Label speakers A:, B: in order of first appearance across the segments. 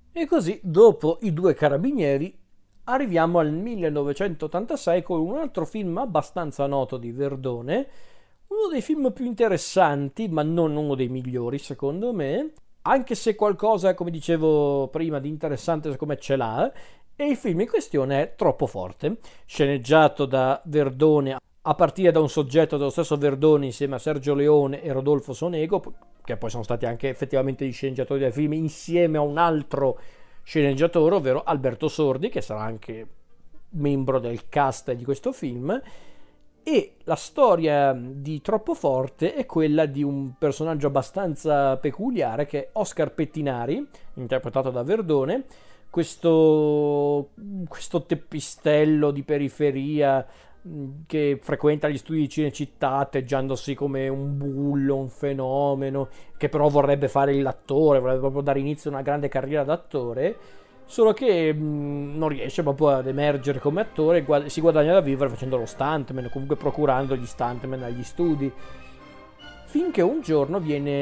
A: E così, dopo I due carabinieri, arriviamo al 1986 con un altro film abbastanza noto di Verdone, uno dei film più interessanti, ma non uno dei migliori secondo me, anche se qualcosa, come dicevo prima, di interessante secondo me ce l'ha, e il film in questione è Troppo forte, sceneggiato da Verdone a partire da un soggetto dello stesso Verdone insieme a Sergio Leone e Rodolfo Sonego, che poi sono stati anche effettivamente gli sceneggiatori del film, insieme a un altro sceneggiatore, ovvero Alberto Sordi, che sarà anche membro del cast di questo film. E la storia di Troppo Forte è quella di un personaggio abbastanza peculiare che è Oscar Pettinari, interpretato da Verdone, questo teppistello di periferia che frequenta gli studi di Cinecittà atteggiandosi come un bullo, un fenomeno, che però vorrebbe fare l'attore, vorrebbe proprio dare inizio a una grande carriera d'attore, solo che non riesce proprio ad emergere come attore, si guadagna da vivere facendo lo stuntman, o comunque procurando gli stuntman agli studi, finché un giorno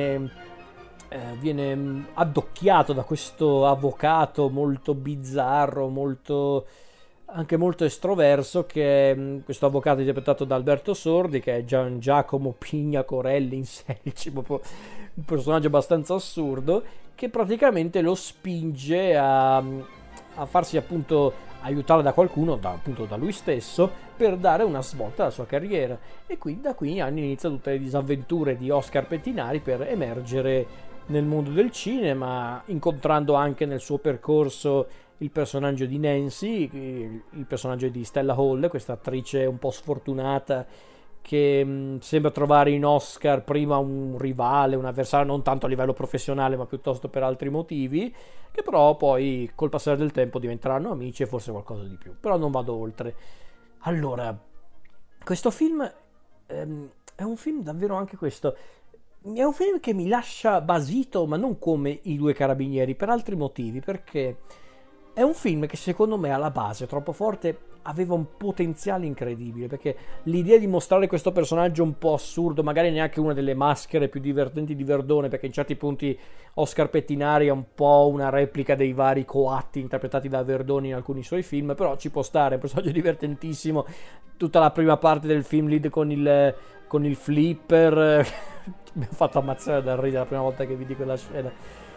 A: viene addocchiato da questo avvocato molto bizzarro, anche molto estroverso, che è questo avvocato interpretato da Alberto Sordi, che è Gian Giacomo Pigna Corelli in Selci, proprio un personaggio abbastanza assurdo, che praticamente lo spinge a farsi appunto aiutare da qualcuno, appunto da lui stesso, per dare una svolta alla sua carriera. E qui da qui hanno iniziato tutte le disavventure di Oscar Pettinari per emergere nel mondo del cinema, incontrando anche nel suo percorso il personaggio di Nancy, il personaggio di Stella Hall, questa attrice un po' sfortunata che sembra trovare in Oscar prima un rivale, un avversario non tanto a livello professionale ma piuttosto per altri motivi, che però poi col passare del tempo diventeranno amici e forse qualcosa di più. Però non vado oltre. Allora, questo film è un film davvero anche questo. È un film che mi lascia basito, ma non come I due carabinieri, per altri motivi, perché è un film che secondo me alla base, Troppo forte, aveva un potenziale incredibile, perché l'idea di mostrare questo personaggio un po' assurdo, magari neanche una delle maschere più divertenti di Verdone, perché in certi punti Oscar Pettinari è un po' una replica dei vari coatti interpretati da Verdone in alcuni suoi film, però ci può stare, è un personaggio divertentissimo. Tutta la prima parte del film lead con il flipper mi ha fatto ammazzare dal ridere la prima volta che vidi quella scena.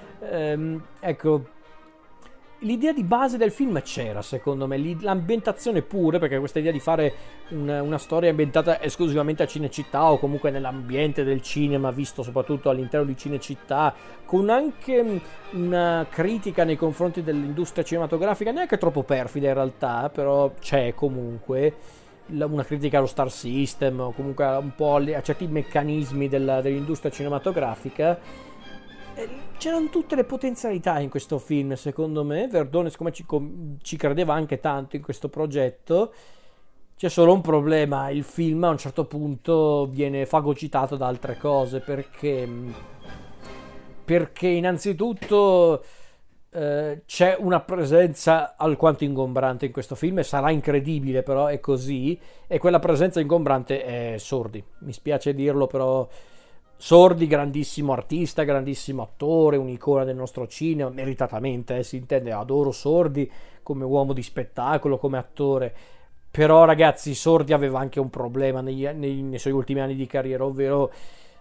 A: Ecco, l'idea di base del film c'era, secondo me, l'ambientazione pure, perché questa idea di fare una storia ambientata esclusivamente a Cinecittà o comunque nell'ambiente del cinema, visto soprattutto all'interno di Cinecittà, con anche una critica nei confronti dell'industria cinematografica, neanche troppo perfida in realtà, però c'è comunque una critica allo star system o comunque un po' a certi meccanismi dell'industria cinematografica. C'erano tutte le potenzialità in questo film, secondo me. Verdone, siccome ci credeva anche tanto in questo progetto, c'è solo un problema: il film a un certo punto viene fagocitato da altre cose, perché innanzitutto c'è una presenza alquanto ingombrante in questo film, e sarà incredibile, però è così, e quella presenza ingombrante è Sordi, mi spiace dirlo, però Sordi, grandissimo artista, grandissimo attore, un'icona del nostro cinema, meritatamente, si intende, adoro Sordi come uomo di spettacolo, come attore, però ragazzi, Sordi aveva anche un problema nei suoi ultimi anni di carriera, ovvero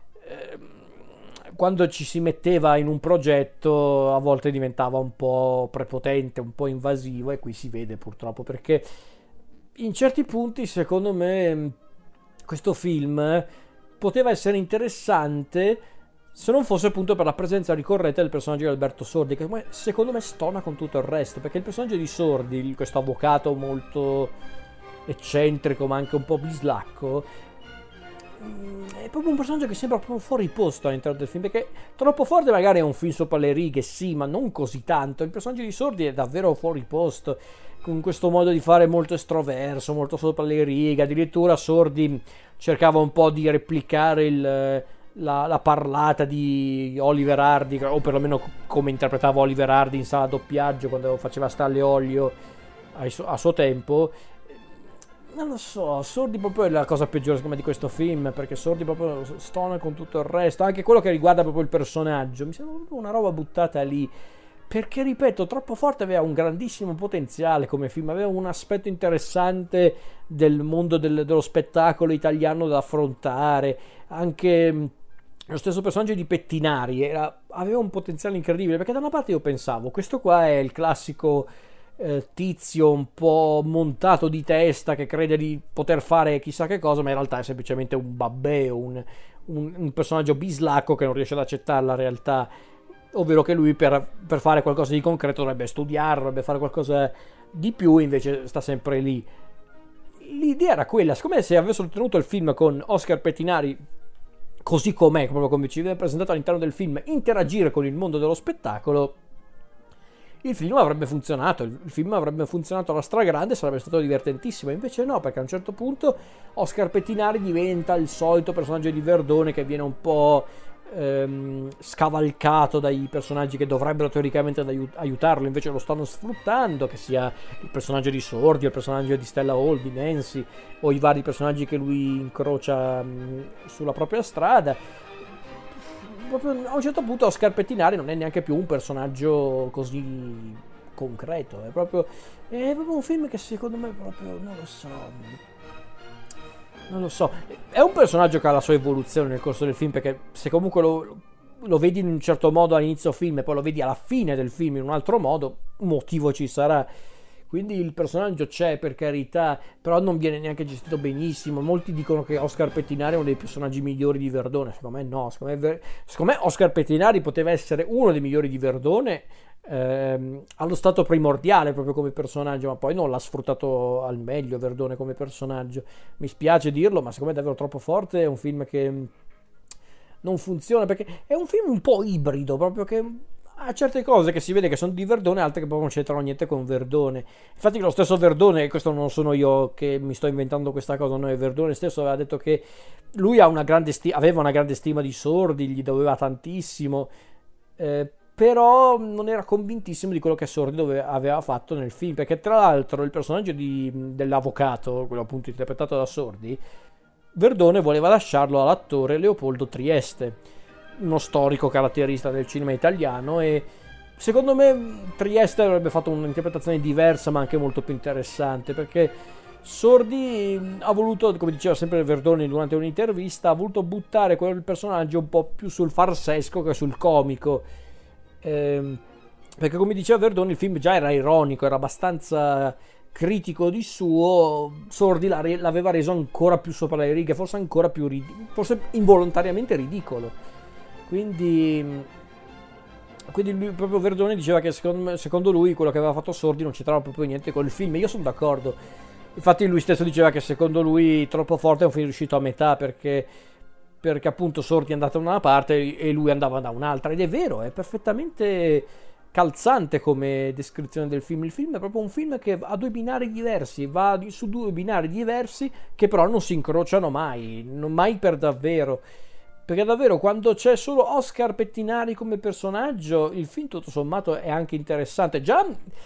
A: quando ci si metteva in un progetto a volte diventava un po' prepotente, un po' invasivo, e qui si vede purtroppo, perché in certi punti secondo me questo film poteva essere interessante se non fosse appunto per la presenza ricorrente del personaggio di Alberto Sordi, che secondo me stona con tutto il resto, perché il personaggio di Sordi, questo avvocato molto eccentrico ma anche un po' bislacco, è proprio un personaggio che sembra proprio fuori posto all'interno del film, perché Troppo forte magari è un film sopra le righe, sì, ma non così tanto. Il personaggio di Sordi è davvero fuori posto, con questo modo di fare molto estroverso, molto sopra le righe. Addirittura Sordi cercava un po' di replicare la parlata di Oliver Hardy, o perlomeno come interpretava Oliver Hardy in sala doppiaggio quando faceva Stanley Olio a suo tempo. Non lo so, Sordi proprio è la cosa peggiore secondo me di questo film, perché Sordi proprio stona con tutto il resto, anche quello che riguarda proprio il personaggio, mi sembra proprio una roba buttata lì. perché ripeto, Troppo Forte aveva un grandissimo potenziale come film, aveva un aspetto interessante del mondo dello spettacolo italiano da affrontare, anche lo stesso personaggio di Pettinari aveva un potenziale incredibile, perché da una parte io pensavo, questo qua è il classico tizio un po' montato di testa che crede di poter fare chissà che cosa, ma in realtà è semplicemente un babbeo, un personaggio bislacco che non riesce ad accettare la realtà, ovvero che lui per fare qualcosa di concreto dovrebbe studiare, dovrebbe fare qualcosa di più, invece sta sempre lì. L'idea era quella, siccome se avessero tenuto il film con Oscar Pettinari così com'è, proprio come ci viene presentato all'interno del film, interagire con il mondo dello spettacolo, il film avrebbe funzionato, alla stragrande, sarebbe stato divertentissimo. Invece no, perché a un certo punto Oscar Pettinari diventa il solito personaggio di Verdone che viene un po' scavalcato dai personaggi che dovrebbero teoricamente aiutarlo, invece lo stanno sfruttando, che sia il personaggio di Sordi, il personaggio di Stella Hall, di Nancy, o i vari personaggi che lui incrocia sulla propria strada. Proprio a un certo punto Oscar Pettinari non è neanche più un personaggio così concreto, è proprio un film che secondo me proprio non lo so, è un personaggio che ha la sua evoluzione nel corso del film, perché se comunque lo vedi in un certo modo all'inizio film e poi lo vedi alla fine del film in un altro modo, un motivo ci sarà. Quindi il personaggio c'è, per carità, però non viene neanche gestito benissimo. Molti dicono che Oscar Pettinari è uno dei personaggi migliori di Verdone. Secondo me no, secondo me Oscar Pettinari poteva essere uno dei migliori di Verdone allo stato primordiale proprio come personaggio, ma poi non l'ha sfruttato al meglio Verdone come personaggio. Mi spiace dirlo, ma secondo me è davvero Troppo Forte, è un film che non funziona, perché è un film un po' ibrido, proprio che ha certe cose che si vede che sono di Verdone, altre che proprio non c'entrano niente con Verdone. Infatti lo stesso Verdone, questo non sono io che mi sto inventando questa cosa, no, è Verdone stesso aveva detto che lui aveva una grande stima di Sordi, gli doveva tantissimo, però non era convintissimo di quello che Sordi aveva fatto nel film, perché tra l'altro il personaggio dell'avvocato, quello appunto interpretato da Sordi, Verdone voleva lasciarlo all'attore Leopoldo Trieste, uno storico caratterista del cinema italiano, e secondo me Trieste avrebbe fatto un'interpretazione diversa ma anche molto più interessante, perché Sordi ha voluto, come diceva sempre Verdone durante un'intervista, ha voluto buttare quel personaggio un po' più sul farsesco che sul comico, perché come diceva Verdone il film già era ironico, era abbastanza critico di suo. Sordi l'aveva reso ancora più sopra le righe, forse ancora più forse involontariamente ridicolo. Quindi lui, proprio Verdone diceva che secondo lui quello che aveva fatto Sordi non c'entrava proprio niente con il film, e io sono d'accordo. Infatti lui stesso diceva che secondo lui Troppo Forte è un film riuscito a metà, perché appunto Sordi è andato da una parte e lui andava da un'altra, ed è vero, è perfettamente calzante come descrizione del film. Il film è proprio un film che ha due binari diversi, va su due binari diversi che però non si incrociano mai, mai per davvero. Perché davvero quando c'è solo Oscar Pettinari come personaggio, il film tutto sommato è anche interessante. Già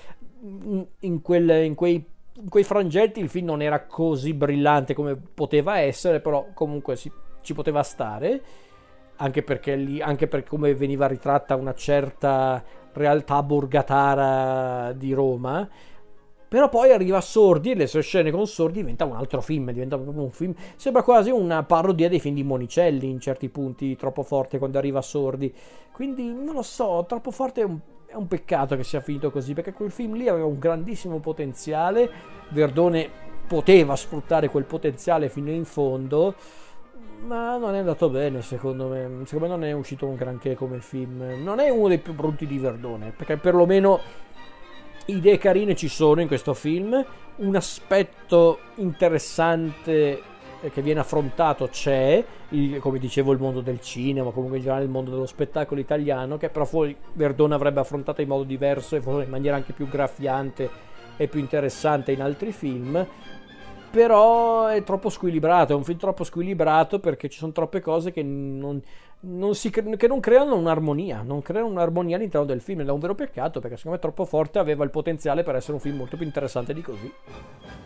A: in quei frangenti il film non era così brillante come poteva essere, però comunque ci poteva stare, anche per come veniva ritratta una certa realtà borgatara di Roma. Però poi arriva Sordi e le sue scene con Sordi diventa un altro film, diventa proprio un film, sembra quasi una parodia dei film di Monicelli in certi punti, Troppo Forte quando arriva Sordi. Quindi non lo so, Troppo Forte è un peccato che sia finito così, perché quel film lì aveva un grandissimo potenziale, Verdone poteva sfruttare quel potenziale fino in fondo, ma non è andato bene secondo me non è uscito un granché come film, non è uno dei più brutti di Verdone, perché perlomeno idee carine ci sono in questo film, un aspetto interessante che viene affrontato c'è, come dicevo il mondo del cinema, comunque in generale il mondo dello spettacolo italiano, che però fuori Verdone avrebbe affrontato in modo diverso e forse in maniera anche più graffiante e più interessante in altri film. Però è troppo squilibrato, è un film troppo squilibrato, perché ci sono troppe cose che non creano un'armonia, all'interno del film, ed è un vero peccato, perché secondo me Troppo Forte aveva il potenziale per essere un film molto più interessante di così.